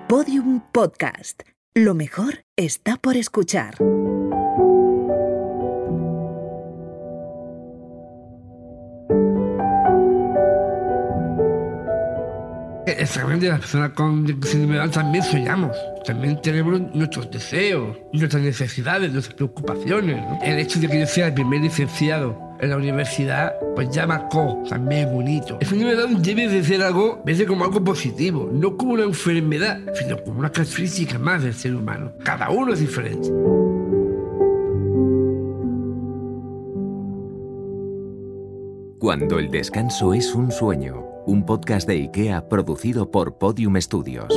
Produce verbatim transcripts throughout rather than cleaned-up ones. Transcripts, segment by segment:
Podium Podcast. Lo mejor está por escuchar. Exactamente, las personas con síndrome de Down también soñamos, también tenemos nuestros deseos, nuestras necesidades, nuestras preocupaciones, ¿no? El hecho de que yo sea el primer licenciado en la universidad, pues ya marcó, también es bonito. El síndrome de Down debe de ser algo, debe ser como algo positivo, no como una enfermedad, sino como una característica más del ser humano. Cada uno es diferente. Cuando el descanso es un sueño. Un podcast de IKEA producido por Podium Studios.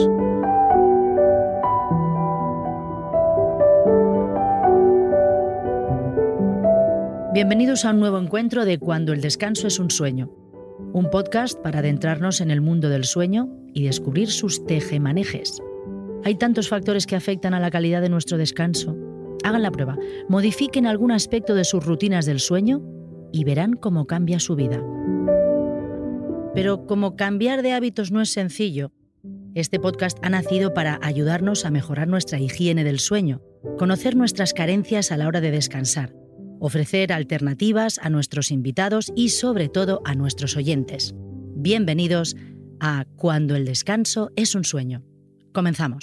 Bienvenidos a un nuevo encuentro de Cuando el descanso es un sueño. Un podcast para adentrarnos en el mundo del sueño y descubrir sus tejemanejes. Hay tantos factores que afectan a la calidad de nuestro descanso. Hagan la prueba, modifiquen algún aspecto de sus rutinas del sueño y verán cómo cambia su vida. Pero como cambiar de hábitos no es sencillo, este podcast ha nacido para ayudarnos a mejorar nuestra higiene del sueño, conocer nuestras carencias a la hora de descansar, ofrecer alternativas a nuestros invitados y sobre todo a nuestros oyentes. Bienvenidos a Cuando el descanso es un sueño. Comenzamos.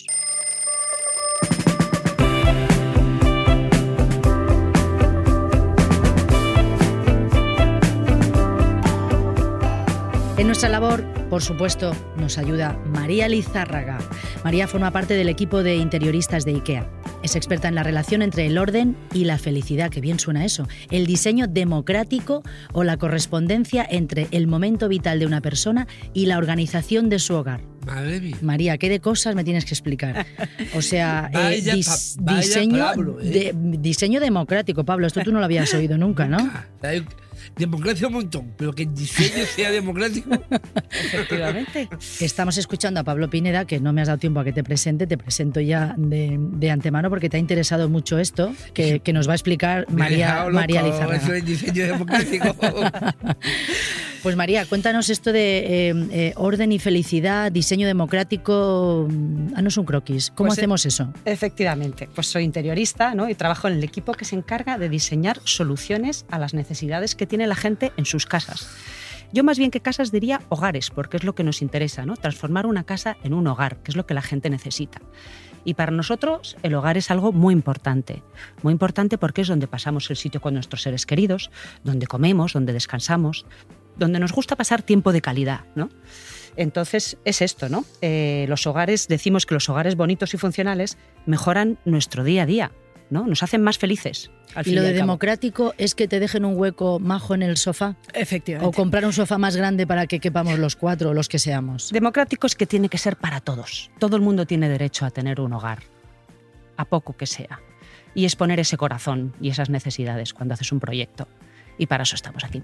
En nuestra labor, por supuesto, nos ayuda María Lizárraga. María forma parte del equipo de interioristas de IKEA. Es experta en la relación entre el orden y la felicidad, que bien suena eso, el diseño democrático o la correspondencia entre el momento vital de una persona y la organización de su hogar. Madre mía. María, ¿qué de cosas me tienes que explicar? O sea, vaya, eh, dis- pa, vaya diseño, Pablo, ¿eh? de, diseño democrático, Pablo. Esto tú no lo habías oído nunca, ¿no? Democracia un montón, pero que el diseño sea democrático. Efectivamente. Estamos escuchando a Pablo Pineda, que no me has dado tiempo a que te presente, te presento ya de, de antemano porque te ha interesado mucho esto, que, que nos va a explicar María, María Lizárraga. Eso es diseño democrático. Pues María, cuéntanos esto de eh, eh, orden y felicidad, diseño democrático. Haznos un croquis. ¿Cómo pues hacemos eso? Efectivamente, pues soy interiorista, ¿no? Y trabajo en el equipo que se encarga de diseñar soluciones a las necesidades que tiene la gente en sus casas. Yo más bien que casas diría hogares, porque es lo que nos interesa, ¿no? Transformar una casa en un hogar, que es lo que la gente necesita. Y para nosotros el hogar es algo muy importante, muy importante porque es donde pasamos el sitio con nuestros seres queridos, donde comemos, donde descansamos, donde nos gusta pasar tiempo de calidad, ¿no? Entonces es esto, ¿no? Eh, los hogares, decimos que los hogares bonitos y funcionales mejoran nuestro día a día, ¿no? Nos hacen más felices. Al Y fin lo y de al cabo. democrático es que te dejen un hueco majo en el sofá. Efectivamente. O comprar un sofá más grande para que quepamos los cuatro o los que seamos. Democrático es que tiene que ser para todos. Todo el mundo tiene derecho a tener un hogar, a poco que sea. Y es poner ese corazón y esas necesidades cuando haces un proyecto. Y para eso estamos aquí.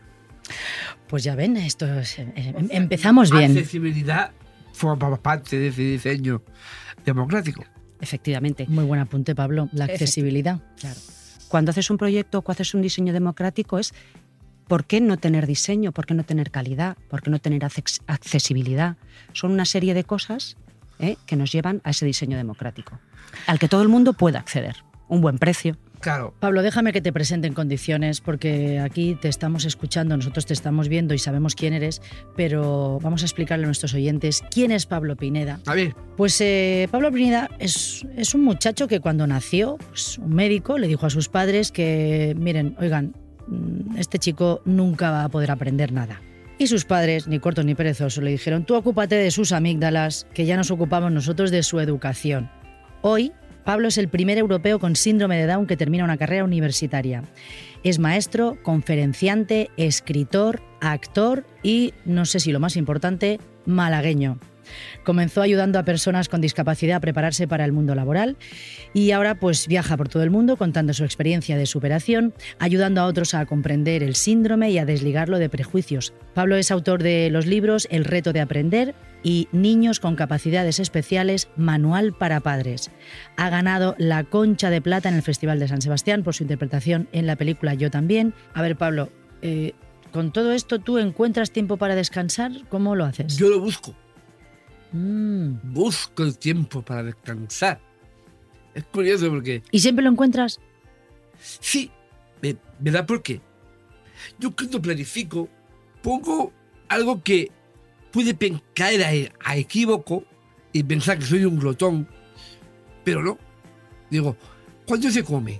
Pues ya ven, esto es, eh, empezamos bien. Accesibilidad forma parte de ese diseño democrático. Efectivamente. Muy buen apunte, Pablo. La accesibilidad. Claro. Cuando haces un proyecto o haces un diseño democrático es ¿por qué no tener diseño? ¿Por qué no tener calidad? ¿Por qué no tener acces- accesibilidad? Son una serie de cosas ¿eh? que nos llevan a ese diseño democrático, al que todo el mundo pueda acceder. Un buen precio. Claro. Pablo, déjame que te presente en condiciones, porque aquí te estamos escuchando, nosotros te estamos viendo y sabemos quién eres, pero vamos a explicarle a nuestros oyentes quién es Pablo Pineda. A ver. Pues eh, Pablo Pineda es, es un muchacho que cuando nació, pues, un médico le dijo a sus padres que, miren, oigan, este chico nunca va a poder aprender nada. Y sus padres, ni cortos ni perezosos, le dijeron, tú ocúpate de sus amígdalas, que ya nos ocupamos nosotros de su educación. Hoy, Pablo es el primer europeo con síndrome de Down que termina una carrera universitaria. Es maestro, conferenciante, escritor, actor y, no sé si lo más importante, malagueño. Comenzó ayudando a personas con discapacidad a prepararse para el mundo laboral y ahora pues viaja por todo el mundo contando su experiencia de superación, ayudando a otros a comprender el síndrome y a desligarlo de prejuicios. Pablo es autor de los libros El reto de aprender y Niños con capacidades especiales, manual para padres. Ha ganado la Concha de Plata en el Festival de San Sebastián por su interpretación en la película Yo también. A ver, Pablo, eh, con todo esto, ¿tú encuentras tiempo para descansar? ¿Cómo lo haces? Yo lo busco. Mm. Busco el tiempo para descansar. Es curioso porque... ¿Y siempre lo encuentras? Sí, me, me da por qué. Yo cuando planifico, pongo algo que puede pen- caer a, a equívoco y pensar que soy un glotón, pero no. Digo, ¿cuándo se come?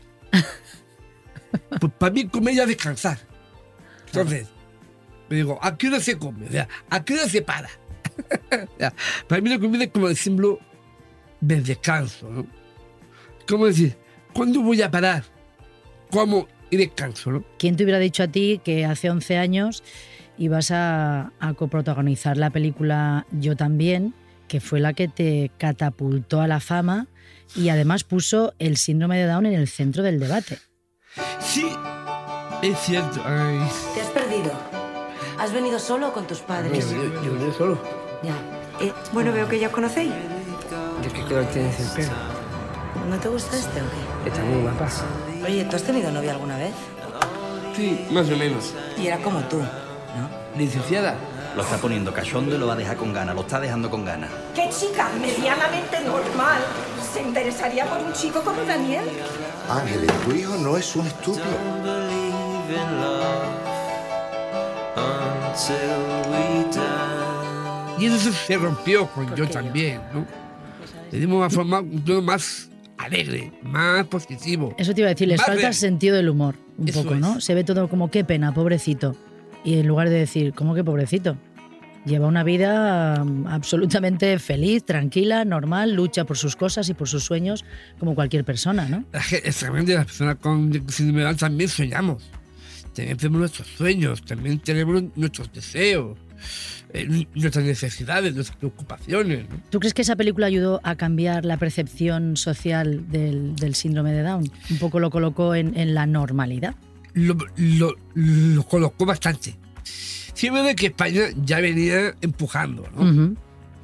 Pues para mí comer ya es descansar. Entonces, me digo, ¿a qué hora se come? O sea, ¿a qué hora se para? O sea, para mí la comida es como el símbolo del descanso, ¿no? ¿Cómo decir? ¿Cuándo voy a parar? ¿Cómo? Y descanso, ¿no? ¿Quién te hubiera dicho a ti que hace once años ibas a, a coprotagonizar la película Yo también, que fue la que te catapultó a la fama y además puso el síndrome de Down en el centro del debate? Sí, es cierto. Ay. Te has perdido. ¿Has venido solo o con tus padres? Yo, yo, yo vine solo. Ya. Eh, bueno, veo que ya os conocéis. ¿De qué color tienes el pelo? ¿No te gusta este o qué? Está muy guapa. Oye, ¿tú has tenido novia alguna vez? Sí, más o menos. Y era como tú, ¿no? Licenciada. Lo está poniendo cachondo y lo va a dejar con ganas, lo está dejando con ganas. ¿Qué chica medianamente normal se interesaría por un chico como Daniel? Ángeles, tu hijo no es un estúpido. Y eso se rompió con Yo también, ¿no? Le dimos a formar un tono más alegre, más positivo. Eso te iba a decir, les Más falta real. sentido del humor, un Eso poco, es. ¿no? Se ve todo como qué pena, pobrecito. Y en lugar de decir, ¿cómo que pobrecito? Lleva una vida mm, absolutamente feliz, tranquila, normal, lucha por sus cosas y por sus sueños como cualquier persona, ¿no? Es que exactamente las personas con síndrome de Down también soñamos. También tenemos nuestros sueños, también tenemos nuestros deseos, eh, nuestras necesidades, nuestras preocupaciones, ¿no? ¿Tú crees que esa película ayudó a cambiar la percepción social del, del síndrome de Down? Un poco lo colocó en, en la normalidad. Lo, lo, lo colocó bastante. Sí, es verdad que España ya venía empujando, ¿no? Ujú.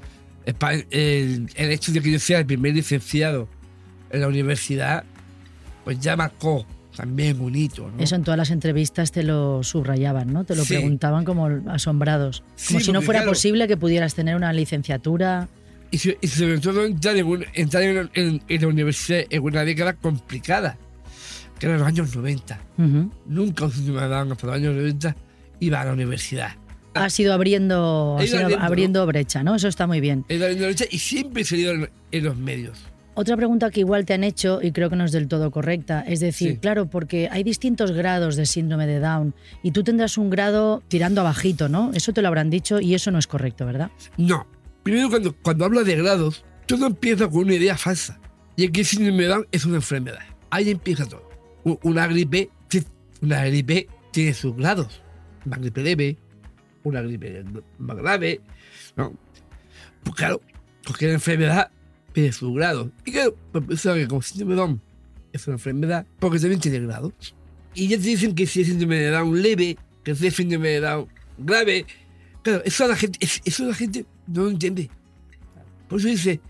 Espa- el, el hecho de que yo sea el primer licenciado en la universidad, pues ya marcó también un hito, ¿no? Eso en todas las entrevistas te lo subrayaban, ¿no? Te lo Sí. preguntaban como asombrados. Como Sí, si no porque, fuera claro, posible que pudieras tener una licenciatura. Y, so- y sobre todo entrar, en, un- entrar en, en- en la universidad en una década complicada, que eran los años noventa. Ujú. Nunca un síndrome de Down hasta los años noventa iba a la universidad. Has ido abriendo, He has ido ido abriendo, abriendo brecha, ¿no? Eso está muy bien. En la universidad y siempre he salido en, en los medios. Otra pregunta que igual te han hecho y creo que no es del todo correcta, es decir, Sí. claro, porque hay distintos grados de síndrome de Down y tú tendrás un grado tirando abajito, ¿no? Eso te lo habrán dicho y eso no es correcto, ¿verdad? No. Primero, cuando, cuando hablo de grados, todo empieza con una idea falsa. Y es que el síndrome de Down es una enfermedad. Ahí empieza todo. U- Una gripe, sí, una gripe tiene sus grados. Una gripe leve, una gripe más grave, ¿no? Pues claro, cualquier enfermedad tiene sus grados. Y claro, pues pensaba que como síndrome de Down es una enfermedad, porque también tiene grados. Y ya te dicen que si es síndrome de Down leve, que si es síndrome de Down grave. Claro, eso la gente, es- eso la gente no lo entiende. Por eso dice,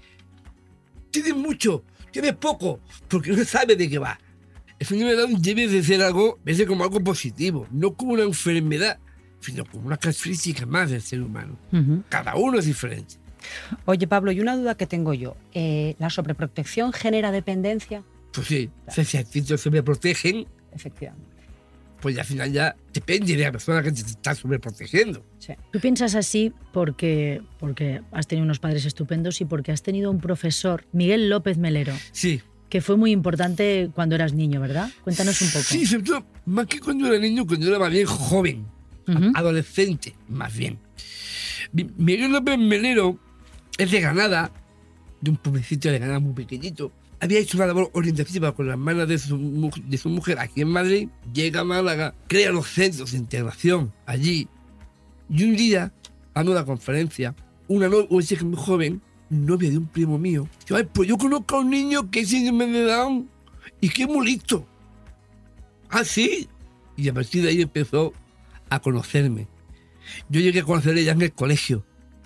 tienes mucho, tienes poco, porque no sabe de qué va. El síndrome de Down debe de ser algo, debe ser como algo positivo, no como una enfermedad, sino como una característica más del ser humano. Ujú. Cada uno es diferente. Oye, Pablo, y una duda que tengo yo. Eh, ¿La sobreprotección genera dependencia? Pues sí, si a ti te sobreprotegen, Efectivamente. pues al final ya depende de la persona que te está sobreprotegiendo. Sí. Tú piensas así porque, porque has tenido unos padres estupendos y porque has tenido un profesor, Miguel López Melero, Sí. que fue muy importante cuando eras niño, ¿verdad? Cuéntanos un poco. Sí, sobre todo, más que cuando era niño, cuando era más bien joven, Ujú. adolescente, más bien. Mi- Miguel López Melero es de Granada, de un pueblecito de Granada muy pequeñito. Había hecho una labor orientativa con las hermanas de su, mu- de su mujer aquí en Madrid, llega a Málaga, crea los centros de integración allí. Y un día, dando la conferencia, una, no, una chica muy joven, novia de un primo mío, dijo, "Ay, pues yo conozco a un niño que es síndrome de Down y que es muy listo". ¿Ah, sí? Y a partir de ahí empezó a conocerme. Yo llegué a conocerle ya en el colegio.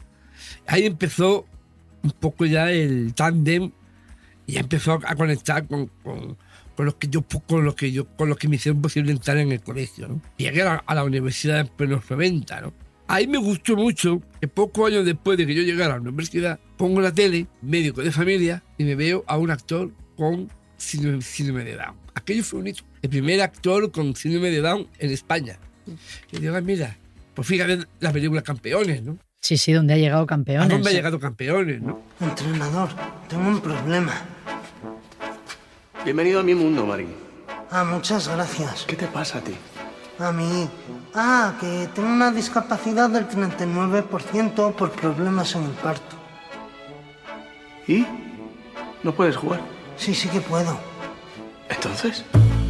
Ahí empezó un poco ya el tándem y ya empezó a conectar con, con, con los que yo con los que yo con los que me hicieron posible entrar en el colegio, ¿no? Llegué a la, a la universidad en los noventa, ¿no? Ahí me gustó mucho que pocos años después de que yo llegara a la universidad, pongo la tele, médico de familia, y me veo a un actor con síndrome, síndrome de Down. Aquello fue un hito. El primer actor con síndrome de Down en España. Y digo, mira, pues fíjate la película Campeones, ¿no? Sí, sí, donde ha llegado Campeones. ¿A dónde ha llegado Campeones, no? Entrenador, tengo un problema. Bienvenido a mi mundo, Marín. Ah, muchas gracias. ¿Qué te pasa a ti? A mí... Ah, que tengo una discapacidad del treinta y nueve por ciento por problemas en el parto. ¿Y? ¿No puedes jugar? Sí, sí que puedo. ¿Entonces?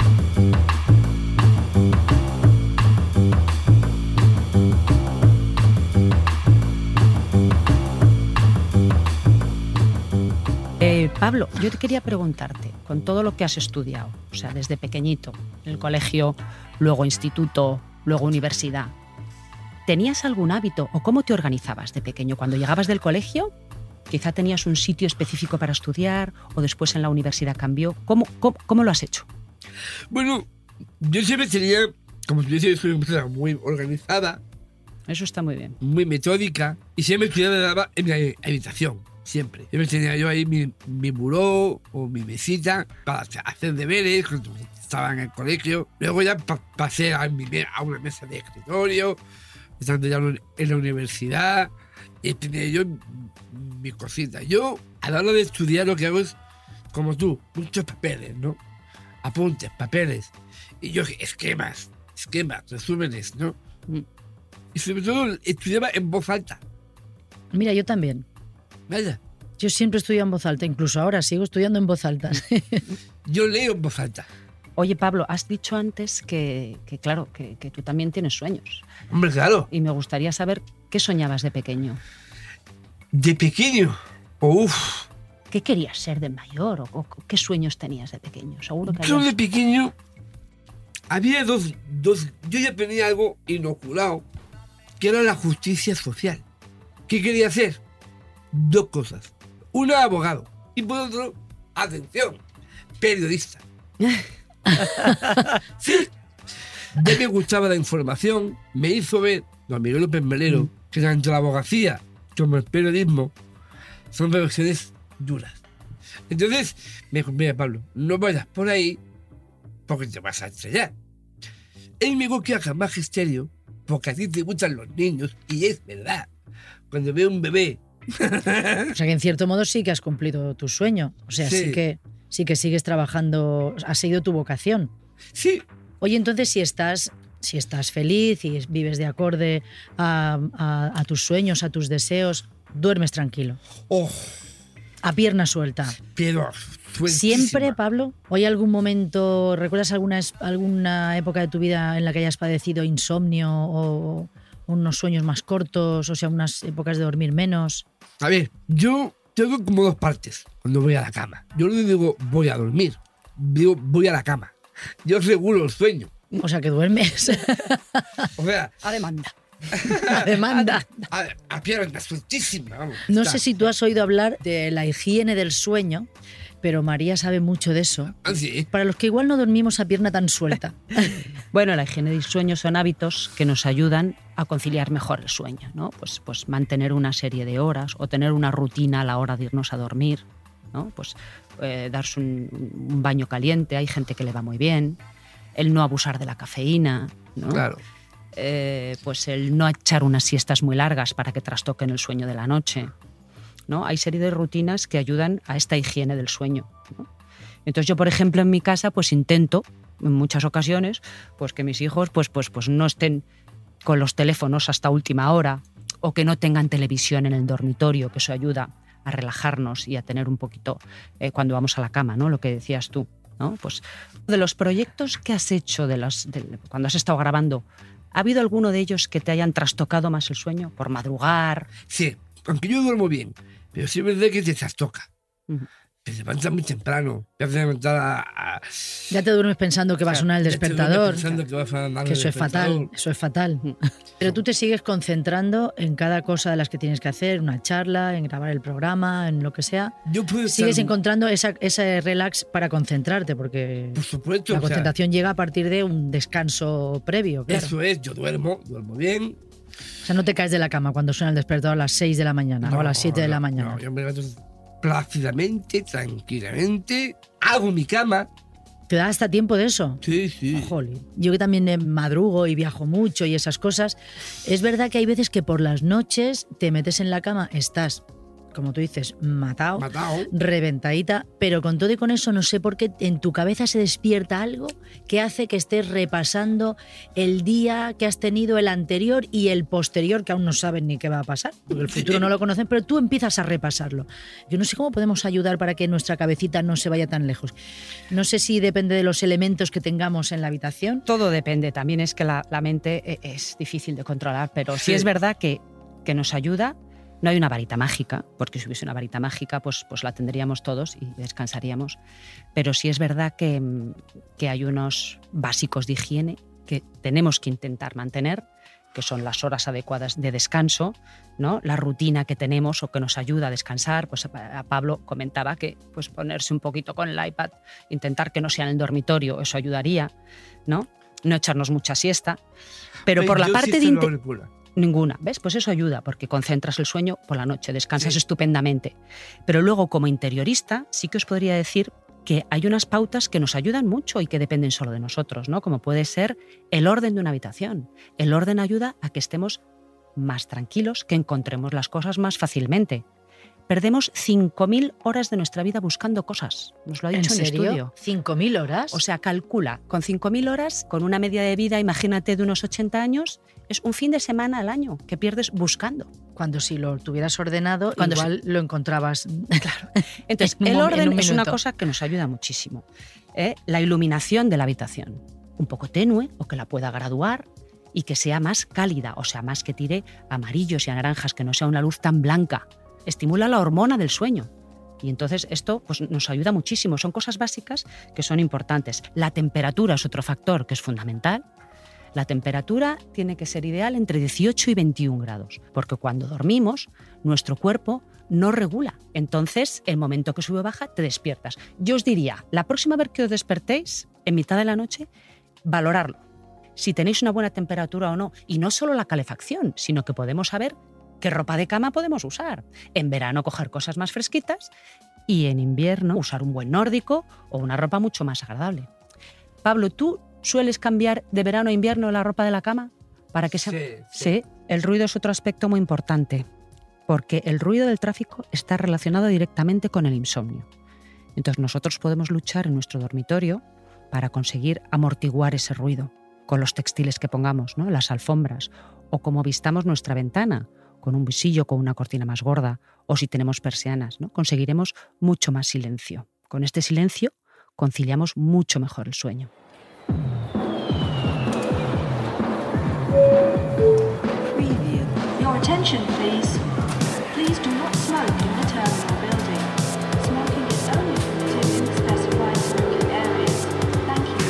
Eh, Pablo, yo te quería preguntarte, con todo lo que has estudiado, o sea, desde pequeñito, en el colegio, luego instituto, luego universidad, ¿tenías algún hábito o cómo te organizabas de pequeño? Cuando llegabas del colegio, quizá tenías un sitio específico para estudiar o después en la universidad cambió. ¿Cómo, cómo, cómo lo has hecho? Bueno, yo siempre tenía, como tú decías, soy una persona muy organizada. Eso está muy bien. Muy metódica y siempre estudiaba en mi habitación. Siempre. Siempre tenía yo ahí mi, mi buró o mi mesita para hacer deberes cuando estaba en el colegio. Luego ya pa pasé a, mi, a una mesa de escritorio, estando ya en la universidad, y tenía yo mis cositas. Yo, a la hora de estudiar, lo que hago es, como tú, muchos papeles, ¿no? Apuntes, papeles. Y yo, esquemas, esquemas, resúmenes, ¿no? Mm. Y sobre todo, estudiaba en voz alta. Mira, yo también. Vaya. Yo siempre estudio en voz alta, incluso ahora sigo estudiando en voz alta. Yo leo en voz alta. Oye, Pablo, has dicho antes que, que claro, que, que tú también tienes sueños. Hombre, claro. Y me gustaría saber qué soñabas de pequeño. ¿De pequeño? Uf. ¿Qué querías ser de mayor o, o qué sueños tenías de pequeño? Seguro que Yo habías... de pequeño había dos, dos... Yo ya tenía algo inoculado, que era la justicia social. ¿Qué quería hacer? Dos cosas. Una, abogado. Y por otro, atención, periodista. Sí. Ya me gustaba la información. Me hizo ver, don Miguel López Melero, mm. que tanto la abogacía como el periodismo son profesiones duras. Entonces me dijo, mira, Pablo, no vayas por ahí porque te vas a estrellar. Él me dijo que haga magisterio porque a ti te gustan los niños. Y es verdad. Cuando veo un bebé... O sea que en cierto modo sí que has cumplido tu sueño. O sea, sí, sí que sí que sigues trabajando, has seguido tu vocación. Sí. Oye, entonces si estás, si estás feliz y vives de acorde a, a, a tus sueños, a tus deseos, duermes tranquilo. Oh. A pierna suelta. Pero ¿Siempre, Pablo? ¿O hay algún momento, recuerdas alguna, alguna época de tu vida en la que hayas padecido insomnio o unos sueños más cortos, o sea, unas épocas de dormir menos? A ver, yo tengo como dos partes cuando voy a la cama. Yo no digo voy a dormir, digo voy a la cama. Yo regulo el sueño. O sea, que duermes. O sea... A demanda. A demanda. A, a, a pierna sueltísima, vamos. No está. sé si tú has oído hablar de la higiene del sueño, pero María sabe mucho de eso. ¿Ah, sí? Para los que igual no dormimos a pierna tan suelta. Bueno, la higiene del sueño son hábitos que nos ayudan a conciliar mejor el sueño, ¿no? Pues, pues mantener una serie de horas o tener una rutina a la hora de irnos a dormir, ¿no? Pues eh, darse un, un baño caliente, hay gente que le va muy bien, el no abusar de la cafeína, ¿no? Claro. Eh, pues el no echar unas siestas muy largas para que trastoquen el sueño de la noche, ¿no? Hay serie de rutinas que ayudan a esta higiene del sueño, ¿no? Entonces yo, por ejemplo, en mi casa pues intento en muchas ocasiones pues que mis hijos pues, pues, pues no estén con los teléfonos hasta última hora o que no tengan televisión en el dormitorio, que eso ayuda a relajarnos y a tener un poquito eh, cuando vamos a la cama, ¿no? Lo que decías tú, ¿no? Pues de los proyectos que has hecho de las, de, cuando has estado grabando, ¿ha habido alguno de ellos que te hayan trastocado más el sueño? ¿Por madrugar? Sí, aunque yo duermo bien, pero sí es verdad que te trastoca. Uh-huh. Te levantas muy temprano, te haces levantar a, a... Ya te duermes pensando que va a sonar el despertador. Pensando que va a sonar que eso es fatal, eso es fatal. Pero tú te sigues concentrando en cada cosa de las que tienes que hacer, una charla, en grabar el programa, en lo que sea. Yo puedo Sigues estar... encontrando esa, ese relax para concentrarte, porque Por supuesto, la o sea, concentración llega a partir de un descanso previo. Claro. Eso es, yo duermo, duermo bien. O sea, no te caes de la cama cuando suena el despertador a las seis de la mañana No, o a las siete de la no, mañana. No, yo me levanto plácidamente, tranquilamente, hago mi cama. ¿Te da hasta tiempo de eso? Sí, sí. Jolín. Yo que también eh, madrugo y viajo mucho y esas cosas, es verdad que hay veces que por las noches te metes en la cama, estás, como tú dices, matado, Matao. reventadita, pero con todo y con eso no sé por qué en tu cabeza se despierta algo que hace que estés repasando el día que has tenido, el anterior y el posterior, que aún no saben ni qué va a pasar, porque el futuro no lo conocen, pero tú empiezas a repasarlo. Yo no sé cómo podemos ayudar para que nuestra cabecita no se vaya tan lejos. No sé si depende de los elementos que tengamos en la habitación. Todo depende, también es que la, la mente es difícil de controlar, pero sí, sí es verdad que, que nos ayuda. No hay una varita mágica, porque si hubiese una varita mágica, pues, pues la tendríamos todos y descansaríamos. Pero sí es verdad que, que hay unos básicos de higiene que tenemos que intentar mantener, que son las horas adecuadas de descanso, ¿no? La rutina que tenemos o que nos ayuda a descansar. Pues a Pablo comentaba que pues ponerse un poquito con el iPad, intentar que no sea en el dormitorio, eso ayudaría, ¿no? No echarnos mucha siesta. Pero Ay, por la yo parte sí de... Ninguna, ¿ves? Pues eso ayuda, porque concentras el sueño por la noche, descansas sí. estupendamente. Pero luego, como interiorista, sí que os podría decir que hay unas pautas que nos ayudan mucho y que dependen solo de nosotros, ¿no? Como puede ser el orden de una habitación. El orden ayuda a que estemos más tranquilos, que encontremos las cosas más fácilmente. Perdemos cinco mil horas de nuestra vida buscando cosas. Nos lo ha dicho ¿En un serio? estudio. ¿cinco mil horas? O sea, calcula, con cinco mil horas, con una media de vida, imagínate, de unos ochenta años, es un fin de semana al año que pierdes buscando. Cuando si lo tuvieras ordenado, Cuando igual si... lo encontrabas. Claro. Entonces, el orden es una cosa que nos ayuda muchísimo. ¿eh? La iluminación de la habitación, un poco tenue o que la pueda graduar y que sea más cálida, o sea, más que tire amarillos y a naranjas, que no sea una luz tan blanca. Estimula la hormona del sueño. Y entonces esto pues, nos ayuda muchísimo. Son cosas básicas que son importantes. La temperatura es otro factor que es fundamental. La temperatura tiene que ser ideal entre dieciocho y veintiún grados, porque cuando dormimos, nuestro cuerpo no regula. Entonces, el momento que sube o baja, te despiertas. Yo os diría, la próxima vez que os despertéis, en mitad de la noche, valorarlo. Si tenéis una buena temperatura o no. Y no solo la calefacción, sino que podemos saber qué ropa de cama podemos usar. En verano coger cosas más fresquitas y en invierno usar un buen nórdico o una ropa mucho más agradable. Pablo, ¿tú sueles cambiar de verano a invierno la ropa de la cama? Para que sea... Sí, sí. sí, el ruido es otro aspecto muy importante, porque el ruido del tráfico está relacionado directamente con el insomnio. Entonces nosotros podemos luchar en nuestro dormitorio para conseguir amortiguar ese ruido con los textiles que pongamos, ¿no? Las alfombras, o como vistamos nuestra ventana, con un visillo, con una cortina más gorda, o si tenemos persianas, ¿no? Conseguiremos mucho más silencio. Con este silencio conciliamos mucho mejor el sueño. Preview. Your attention, please. Please do not smoke in the terminal building. Smoking is only permitted in specified smoking areas. Thank you.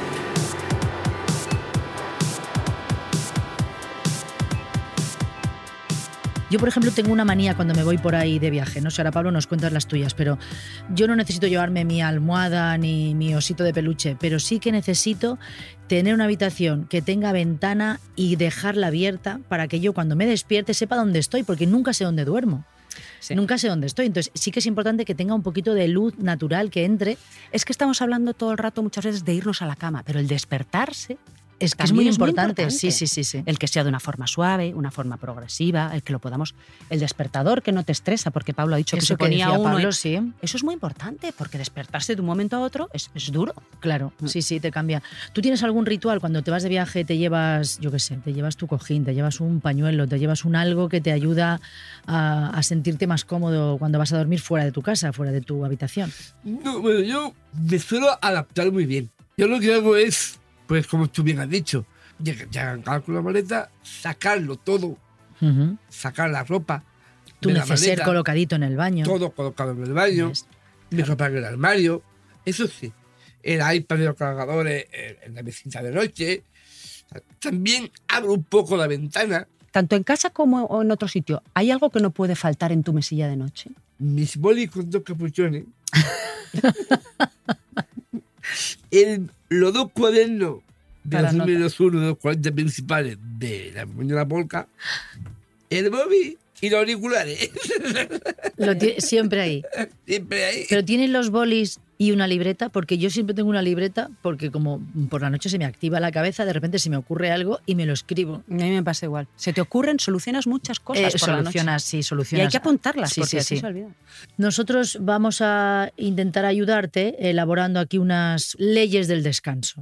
Yo, por ejemplo, tengo una manía cuando me voy por ahí de viaje. No sé, ahora Pablo nos cuentas las tuyas, pero yo no necesito llevarme mi almohada ni mi osito de peluche, pero sí que necesito tener una habitación que tenga ventana y dejarla abierta para que yo cuando me despierte sepa dónde estoy, porque nunca sé dónde duermo. Sí. Nunca sé dónde estoy. Entonces sí que es importante que tenga un poquito de luz natural que entre. Es que estamos hablando todo el rato muchas veces de irnos a la cama, pero el despertarse... Es que es muy, es muy importante. importante. Sí, sí, sí, sí. El que sea de una forma suave, una forma progresiva, el que lo podamos... El despertador que no te estresa, porque Pablo ha dicho eso que se ponía que decía uno... Pablo, y... sí. Eso es muy importante, porque despertarse de un momento a otro es, es duro. Claro, sí, sí, te cambia. ¿Tú tienes algún ritual cuando te vas de viaje, te llevas, yo qué sé, te llevas tu cojín, te llevas un pañuelo, te llevas un algo que te ayuda a, a sentirte más cómodo cuando vas a dormir fuera de tu casa, fuera de tu habitación? No, bueno, yo me suelo adaptar muy bien. Yo lo que hago es, pues como tú bien has dicho, llegar con la maleta, sacarlo todo, uh-huh. sacar la ropa. Tu neceser colocadito en el baño. Todo colocado en el baño, yes. mi claro. ropa en el armario, eso sí. El iPad y los cargadores en la mesita de noche. También abro un poco la ventana. Tanto en casa como en otro sitio, ¿hay algo que no puede faltar en tu mesilla de noche? Mis bolis con dos capuchones. el, los dos cuadernos de los números uno de los cuarenta principales de la Mañana Polka, el móvil y los auriculares. Lo tie- siempre ahí. Siempre ahí. Pero ¿tienes los bolis y una libreta? Porque yo siempre tengo una libreta porque como por la noche se me activa la cabeza, de repente se me ocurre algo y me lo escribo. A mí me pasa igual. Se te ocurren, solucionas muchas cosas Eh, por solucionas, la noche. sí, solucionas. Y hay que apuntarlas Sí, porque sí, así sí. se olvida. Nosotros vamos a intentar ayudarte elaborando aquí unas leyes del descanso.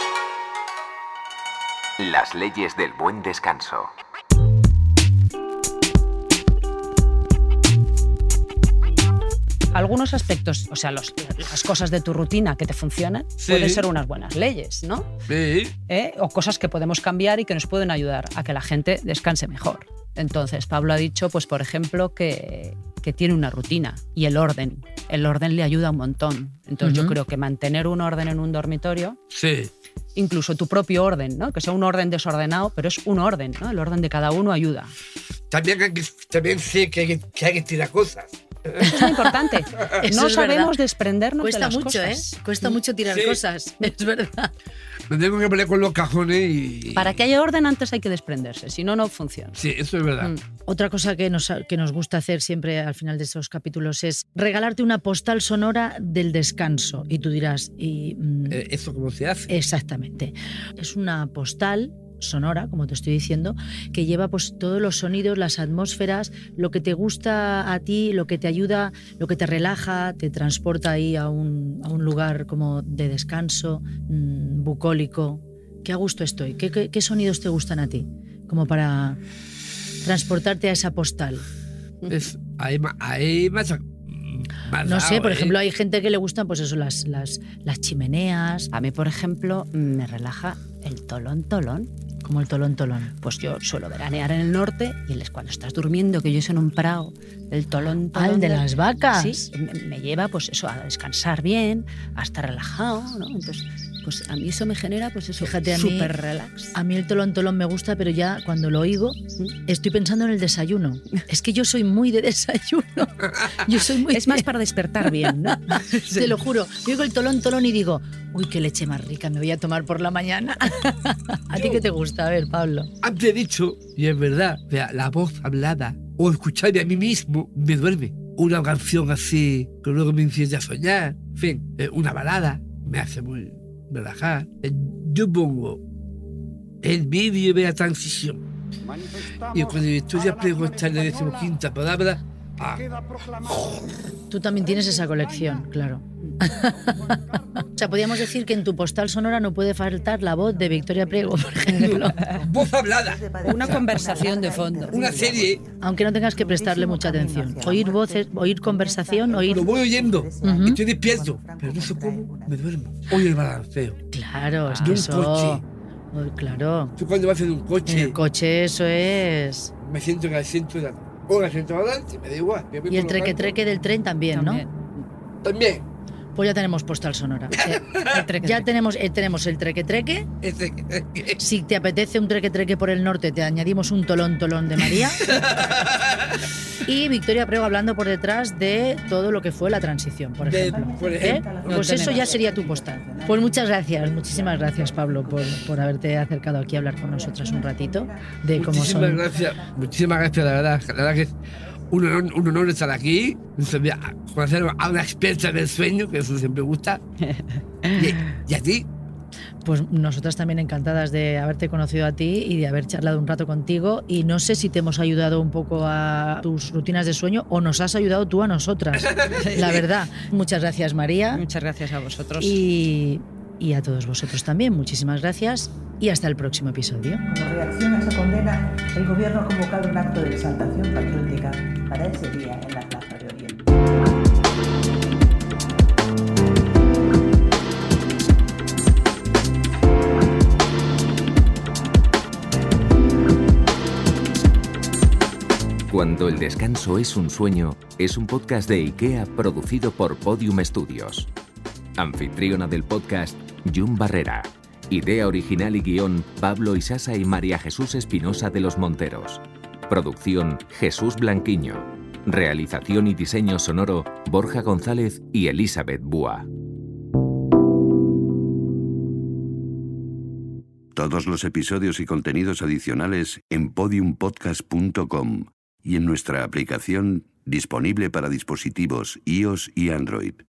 Las leyes del buen descanso. Algunos aspectos, o sea, los, las cosas de tu rutina que te funcionan, Sí. pueden ser unas buenas leyes, ¿no? Sí. ¿Eh? O cosas que podemos cambiar y que nos pueden ayudar a que la gente descanse mejor. Entonces, Pablo ha dicho, pues, por ejemplo, que, que tiene una rutina y el orden. El orden le ayuda un montón. Entonces, Ujú. yo creo que mantener un orden en un dormitorio, Sí. incluso tu propio orden, ¿no? Que sea un orden desordenado, pero es un orden, ¿no? El orden de cada uno ayuda. También, hay que, también sé que hay que, que hay que tirar cosas. Eso es muy importante. Eso No es sabemos verdad. desprendernos Cuesta de las mucho, cosas. ¿eh? Cuesta mucho tirar Sí. cosas, es verdad. Me tengo que pelear con los cajones y... Para que haya orden antes hay que desprenderse, si no, no funciona. Sí, eso es verdad. Mm. Otra cosa que nos, que nos gusta hacer siempre al final de esos capítulos es regalarte una postal sonora del descanso. Y tú dirás, y, mm, Eh, ¿Eso cómo se hace? exactamente. Es una postal sonora, como te estoy diciendo, que lleva pues todos los sonidos, las atmósferas, lo que te gusta a ti, lo que te ayuda, lo que te relaja, te transporta ahí a un, a un lugar como de descanso, mmm, bucólico. Qué a gusto estoy. ¿Qué, qué, qué sonidos te gustan a ti? Como para transportarte a esa postal. Es, hay, ma- hay más... más No sé, dado, por ¿eh? ejemplo, hay gente que le gustan pues eso, las, las, las chimeneas, A mí, por ejemplo, me relaja el tolón tolón. como el tolón tolón. Pues yo suelo veranear en el norte y les- cuando estás durmiendo, que yo soy en un prado, el tolón Ah, tolón el de del- las vacas. Sí, me, me lleva pues eso a descansar bien, a estar relajado, ¿no? Entonces, pues a mí eso me genera pues eso, Fíjate, a mí- súper relax. A mí el tolón tolón me gusta, pero ya cuando lo oigo estoy pensando en el desayuno. Es que yo soy muy de desayuno. Yo soy muy Es más para despertar bien, ¿no? Te lo juro. Yo oigo el tolón tolón y digo, uy, qué leche más rica me voy a tomar por la mañana. ¿A ti qué te gusta? A ver, Pablo. Antes he dicho, y es verdad, o sea, la voz hablada o escucharme a mí mismo me duerme. Una canción así que luego me enciende a soñar, en fin, eh, una balada me hace muy relajar. Eh, Yo pongo el vídeo de la transición y cuando estoy a preguntar la decimoquinta palabra, ah, Tú también tienes esa colección, claro. O sea, podríamos decir que en tu postal sonora no puede faltar la voz de Victoria Priego, por ejemplo. voz hablada, Una conversación de fondo. una serie, Aunque no tengas que prestarle mucha atención. Oír voces, oír conversación, oír... lo voy oyendo, Ujú. estoy despierto, pero no sé cómo me duermo. Oye el balanceo. Claro, es De que un eso... coche. Uy, claro. Tú cuando vas en un En coche, el coche eso es... me siento en el asiento de o en el asiento de adelante, me da igual. me voy Y el colocando. treque-treque del tren también, También. ¿no? También. Pues ya tenemos postal sonora. Eh, El treque, ya treque. tenemos, eh, tenemos el treque-treque. Ese- Si te apetece un treque-treque por el norte, te añadimos un tolón-tolón de María. Y Victoria Priego hablando por detrás de todo lo que fue la transición, por De- ejemplo. por ¿Eh? ejemplo. Pues Lo eso tenemos. ya sería tu postal. Pues muchas gracias, muchísimas gracias, Pablo, por, por haberte acercado aquí a hablar con nosotras un ratito de cómo Muchísimas son. gracias, muchísimas gracias, la verdad. La verdad que es un honor, un honor estar aquí, conocer a una experta del sueño, que eso siempre gusta. Y, y a ti, Pues nosotras también encantadas de haberte conocido a ti y de haber charlado un rato contigo. Y no sé si te hemos ayudado un poco a tus rutinas de sueño o nos has ayudado tú a nosotras. La verdad. Muchas gracias, María. Muchas gracias a vosotros. Y, y a todos vosotros también. Muchísimas gracias y hasta el próximo episodio. Como reacción a esa condena, el gobierno ha convocado un acto de exaltación patriótica para ese día en la Plaza de Oriente. Cuando el descanso es un sueño, es un podcast de IKEA producido por Podium Studios. Anfitriona del podcast, Jun Barrera. Idea original y guión, Pablo Isasa y María Jesús Espinosa de los Monteros. Producción, Jesús Blanquiño. Realización y diseño sonoro, Borja González y Elizabeth Búa. Todos los episodios y contenidos adicionales en podium podcast punto com y en nuestra aplicación disponible para dispositivos iOS y Android.